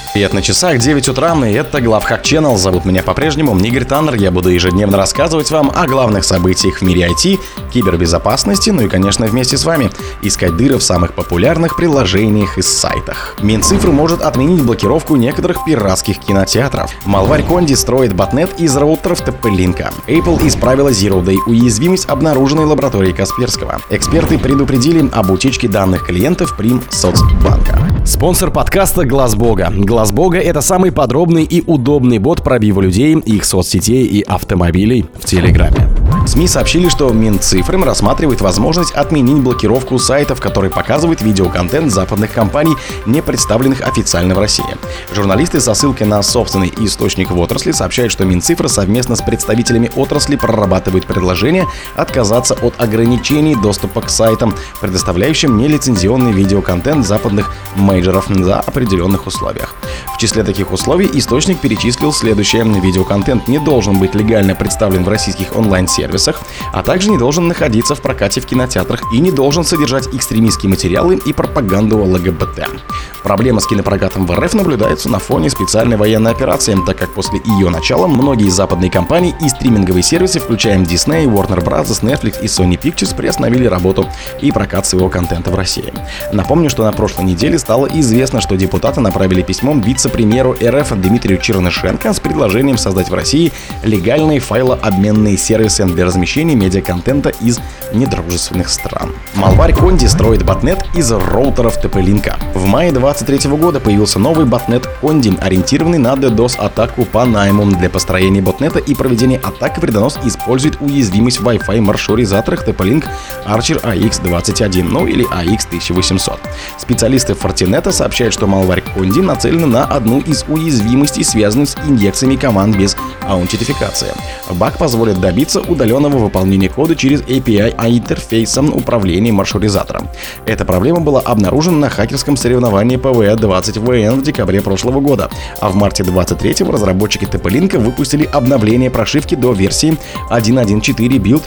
Привет, на часах 9 утра, и это Главхак Channel. Зовут меня по-прежнему Игорь Таннер. Я буду ежедневно рассказывать вам о главных событиях в мире IT, кибербезопасности, ну и, конечно, вместе с вами искать дыры в самых популярных приложениях и сайтах. Минцифры может отменить блокировку некоторых пиратских кинотеатров. Малварь Condy строит ботнет из роутеров TP-Link. Apple исправила Zero Day уязвимость, обнаруженной лабораторией Касперского. Эксперты предупредили об утечке данных клиентов Примсоцбанка. Спонсор подкаста Глаз Бога. Глаз Бога — это самый подробный и удобный бот пробива людей, их соцсетей и автомобилей в Телеграме. СМИ сообщили, что Минцифры рассматривает возможность отменить блокировку сайтов, которые показывают видеоконтент западных компаний, не представленных официально в России. Журналисты со ссылкой на собственный источник в отрасли сообщают, что Минцифры совместно с представителями отрасли прорабатывают предложение отказаться от ограничений доступа к сайтам, предоставляющим нелицензионный видеоконтент западных мейджоров за определенных условиях. В числе таких условий источник перечислил следующее: видеоконтент не должен быть легально представлен в российских онлайн-сервисах, а также не должен находиться в прокате в кинотеатрах и не должен содержать экстремистские материалы и пропаганду ЛГБТ. Проблема с кинопрокатом в РФ наблюдается на фоне специальной военной операции, так как после ее начала многие западные компании и стриминговые сервисы, включая Disney, Warner Bros., Netflix и Sony Pictures, приостановили работу и прокат своего контента в России. Напомню, что на прошлой неделе стало известно, что депутаты направили письмо вице-премьеру РФ Дмитрию Чернышенко с предложением создать в России легальные файлообменные сервисы для размещения медиаконтента из недружественных стран. Малварь Condy строит ботнет из роутеров TP-Link. В мае 2023 года появился новый ботнет Condy, ориентированный на DDoS-атаку по найму. Для построения ботнета и проведения атак вредонос использует уязвимость в Wi-Fi маршрутизаторах TP-Link Archer AX21, ну или AX1800. Специалисты Fortinet сообщают, что Малварь Condy нацелена на одну из уязвимостей, связанных с инъекциями команд без аутентификации. Баг позволит добиться удаленного выполнения кода через API интерфейсом управления маршрутизатором. Эта проблема была обнаружена на хакерском соревновании PvE-20VN в декабре прошлого года, а в марте 2023 разработчики TP-Link выпустили обновление прошивки до версии 1.1.4 Build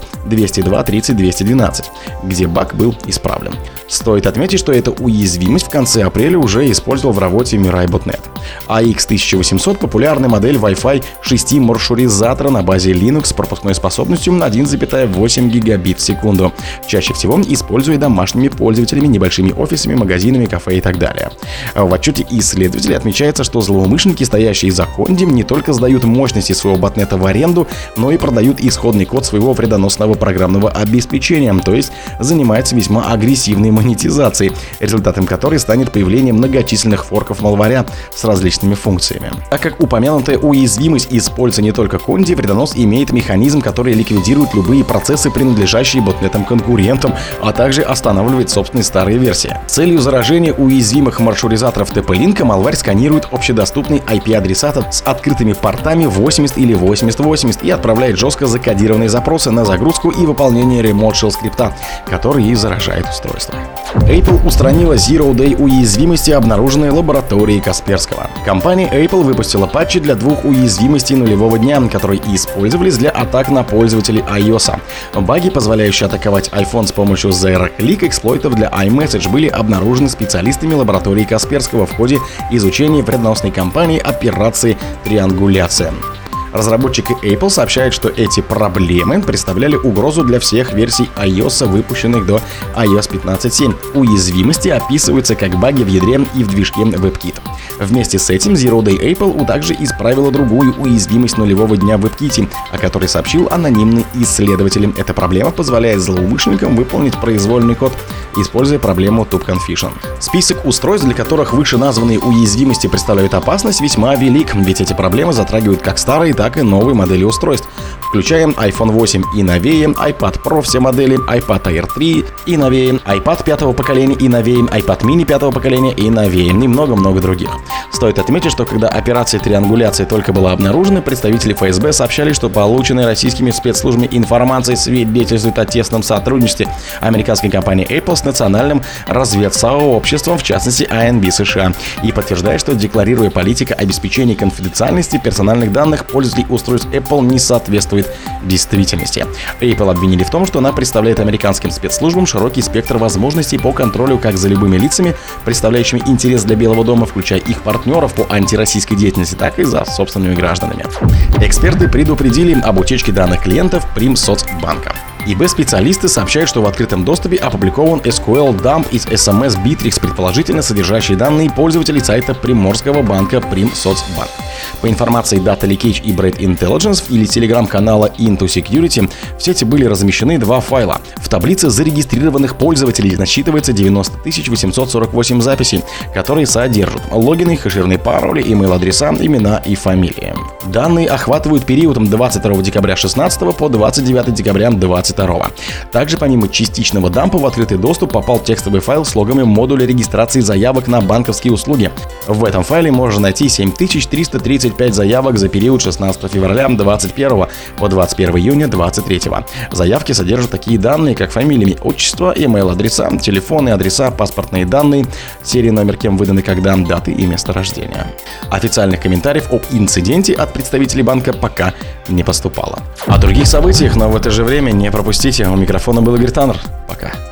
202.30.212, где баг был исправлен. Стоит отметить, что эта уязвимость в конце апреля уже использовал в работе Mirai.net. AX1800 — популярная модель Wi-Fi 6 маршрутизатора на базе Linux с пропускной способностью 1,8 гигабит в секунду, чаще всего используя домашними пользователями, небольшими офисами, магазинами, кафе и так далее. В отчете исследователей отмечается, что злоумышленники, стоящие за Condy, не только сдают мощности своего ботнета в аренду, но и продают исходный код своего вредоносного программного обеспечения, то есть занимаются весьма агрессивной монетизацией, результатом которой станет появление многочисленных форков малваря с различными функциями. Так как упомянутая уязвимость используется не только Condy, вредонос имеет механизм, который ликвидирует любые процессы, принадлежащие ботнетам-конкурентам, а также останавливает собственные старые версии. Целью заражения уязвимых маршрутизаторов TP-Link малварь сканирует общедоступный IP-адресат с открытыми портами 80 или 8080 и отправляет жестко закодированные запросы на загрузку и выполнение Remote Shell скрипта, который и заражает устройство. Apple устранила Zero Day уязвимости, обнаруженные лабораторией Касперского. Компания Apple выпустила патчи для двух уязвимостей нулевого дня, которые использовались для атак на пользователей iOS. Баги, позволяющие атаковать iPhone с помощью Zero-Click эксплойтов для iMessage, были обнаружены специалистами лаборатории Касперского в ходе изучения вредоносной кампании операции «Триангуляция». Разработчики Apple сообщают, что эти проблемы представляли угрозу для всех версий iOS, выпущенных до iOS 15.7. Уязвимости описываются как баги в ядре и в движке WebKit. Вместе с этим Zero Day Apple также исправила другую уязвимость нулевого дня в WebKit, о которой сообщил анонимный исследователь. Эта проблема позволяет злоумышленникам выполнить произвольный код, используя проблему TubeConfession. Список устройств, для которых вышеназванные уязвимости представляют опасность, весьма велик, ведь эти проблемы затрагивают как старые, так и новые модели устройств, включая iPhone 8 и новее, iPad Pro все модели, iPad Air 3 и новее, iPad 5-го поколения и новее, iPad mini 5-го поколения и новее, и много-много других. Стоит отметить, что когда операция триангуляции только была обнаружена, представители ФСБ сообщали, что полученная российскими спецслужбами информация свидетельствует о тесном сотрудничестве американской компании Apple с национальным разведсообществом, в частности ANB США, и подтверждает, что, декларируя политика обеспечения конфиденциальности персональных данных пользователей пользователей устройств Apple не соответствует действительности. Apple обвинили в том, что она представляет американским спецслужбам широкий спектр возможностей по контролю как за любыми лицами, представляющими интерес для Белого дома, включая их партнеров по антироссийской деятельности, так и за собственными гражданами. Эксперты предупредили об утечке данных клиентов Примсоцбанка. ИБ-специалисты сообщают, что в открытом доступе опубликован SQL-дамп из SMS Bittrex, предположительно содержащий данные пользователей сайта приморского банка Примсоцбанк. По информации Data Leakage и Bread Intelligence или телеграм-канала Into Security, в сети были размещены два файла. В таблице зарегистрированных пользователей насчитывается 90 848 записей, которые содержат логины, хэширные пароли, email-адреса, имена и фамилии. Данные охватывают период 22 декабря 2016 по 29 декабря 2022. Также помимо частичного дампа в открытый доступ попал текстовый файл с логами модуля регистрации заявок на банковские услуги. В этом файле можно найти 7335 заявок за период 16 февраля 2021 по 21 июня 2023. Заявки содержат такие данные, как фамилия, имя, отчество, email-адреса, телефоны, адреса, паспортные данные, серия, номер, кем выданы, когда, даты и место рождения. Официальных комментариев об инциденте от представителей банка пока не поступало. О других событиях, но в это же время не пропустите. У микрофона был Игорь Таннер. Пока.